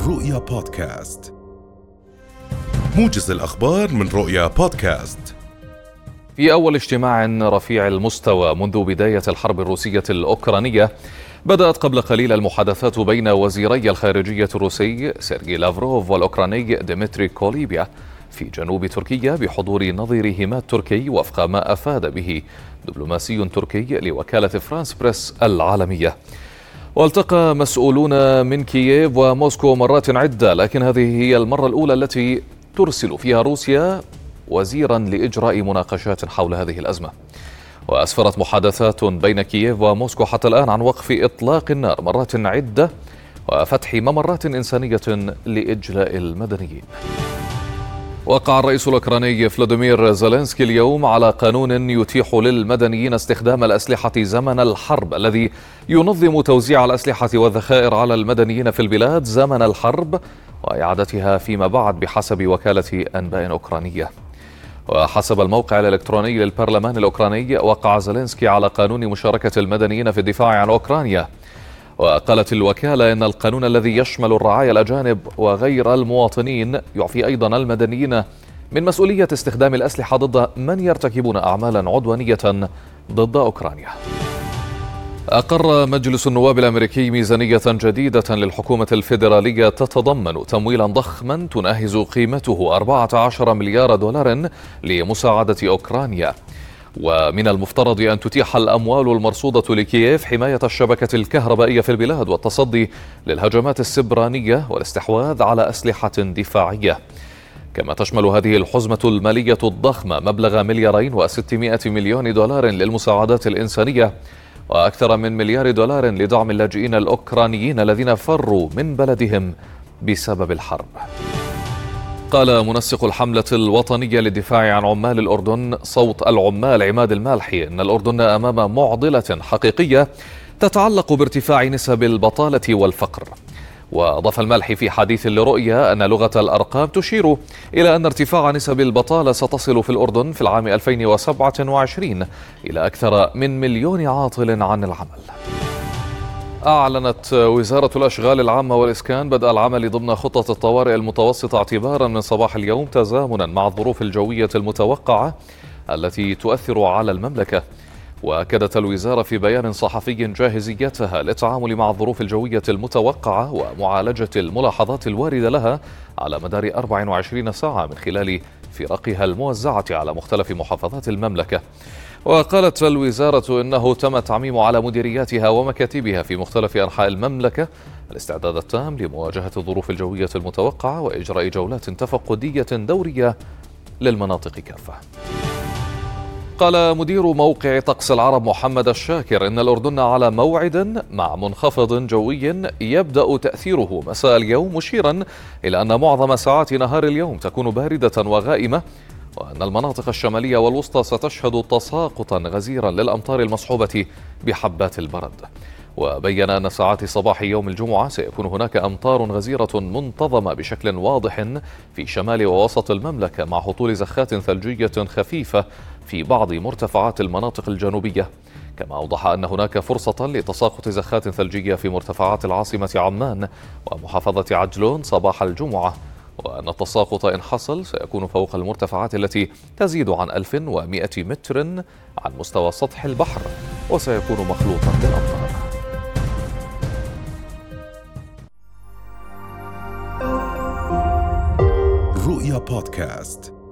رؤيا بودكاست، موجز الأخبار من رؤيا بودكاست. في أول اجتماع رفيع المستوى منذ بداية الحرب الروسية الأوكرانية، بدأت قبل قليل المحادثات بين وزيري الخارجية الروسي سيرجي لافروف والأوكراني ديمتري كوليبا في جنوب تركيا بحضور نظيرهما التركي، وفق ما أفاد به دبلوماسي تركي لوكالة فرانس بريس العالمية. والتقى مسؤولون من كييف وموسكو مرات عدة، لكن هذه هي المرة الأولى التي ترسل فيها روسيا وزيرا لإجراء مناقشات حول هذه الأزمة. وأسفرت محادثات بين كييف وموسكو حتى الآن عن وقف إطلاق النار مرات عدة وفتح ممرات إنسانية لإجلاء المدنيين. وقع الرئيس الأوكراني فلاديمير زيلينسكي اليوم على قانون يتيح للمدنيين استخدام الأسلحة زمن الحرب، الذي ينظم توزيع الأسلحة والذخائر على المدنيين في البلاد زمن الحرب وإعادتها فيما بعد، بحسب وكالة أنباء أوكرانية. وحسب الموقع الإلكتروني للبرلمان الأوكراني، وقع زيلينسكي على قانون مشاركة المدنيين في الدفاع عن أوكرانيا. وقالت الوكالة إن القانون الذي يشمل الرعايا الأجانب وغير المواطنين يعفي أيضا المدنيين من مسؤولية استخدام الأسلحة ضد من يرتكبون أعمالا عدوانية ضد أوكرانيا. أقر مجلس النواب الأمريكي ميزانية جديدة للحكومة الفيدرالية تتضمن تمويلا ضخما تناهز قيمته 14 مليار دولار لمساعدة أوكرانيا. ومن المفترض أن تتيح الأموال المرصودة لكييف حماية الشبكة الكهربائية في البلاد والتصدي للهجمات السبرانية والاستحواذ على أسلحة دفاعية. كما تشمل هذه الحزمة المالية الضخمة مبلغ 2.6 مليار دولار للمساعدات الإنسانية، وأكثر من مليار دولار لدعم اللاجئين الأوكرانيين الذين فروا من بلدهم بسبب الحرب. قال منسق الحملة الوطنية للدفاع عن عمال الأردن صوت العمال عماد المالحي إن الأردن أمام معضلة حقيقية تتعلق بارتفاع نسب البطالة والفقر. وأضاف المالحي في حديث لرؤيا أن لغة الأرقام تشير إلى أن ارتفاع نسب البطالة ستصل في الأردن في العام 2027 إلى أكثر من 1,000,000 عاطل عن العمل. أعلنت وزارة الأشغال العامة والإسكان بدء العمل ضمن خطة الطوارئ المتوسطة اعتبارا من صباح اليوم، تزامنا مع الظروف الجوية المتوقعة التي تؤثر على المملكة. وأكدت الوزارة في بيان صحفي جاهزيتها للتعامل مع الظروف الجوية المتوقعة ومعالجة الملاحظات الواردة لها على مدار 24 ساعة من خلال فرقها الموزعة على مختلف محافظات المملكة. وقالت الوزارة إنه تم التعميم على مديرياتها ومكاتبها في مختلف أنحاء المملكة الاستعداد التام لمواجهة الظروف الجوية المتوقعة وإجراء جولات تفقدية دورية للمناطق كافة. قال مدير موقع طقس العرب محمد الشاكر إن الأردن على موعد مع منخفض جوي يبدأ تأثيره مساء اليوم، مشيرا إلى أن معظم ساعات نهار اليوم تكون باردة وغائمة، وأن المناطق الشمالية والوسطى ستشهد تساقطا غزيرا للأمطار المصحوبة بحبات البرد. وبين أن ساعات صباح يوم الجمعة سيكون هناك أمطار غزيرة منتظمة بشكل واضح في شمال ووسط المملكة، مع هطول زخات ثلجية خفيفة في بعض مرتفعات المناطق الجنوبية. كما أوضح أن هناك فرصة لتساقط زخات ثلجية في مرتفعات العاصمة عمان ومحافظة عجلون صباح الجمعة، وأن التساقط إن حصل سيكون فوق المرتفعات التي تزيد عن 1100 متر عن مستوى سطح البحر، وسيكون مخلوطا بالأمطار. رؤيا بودكاست.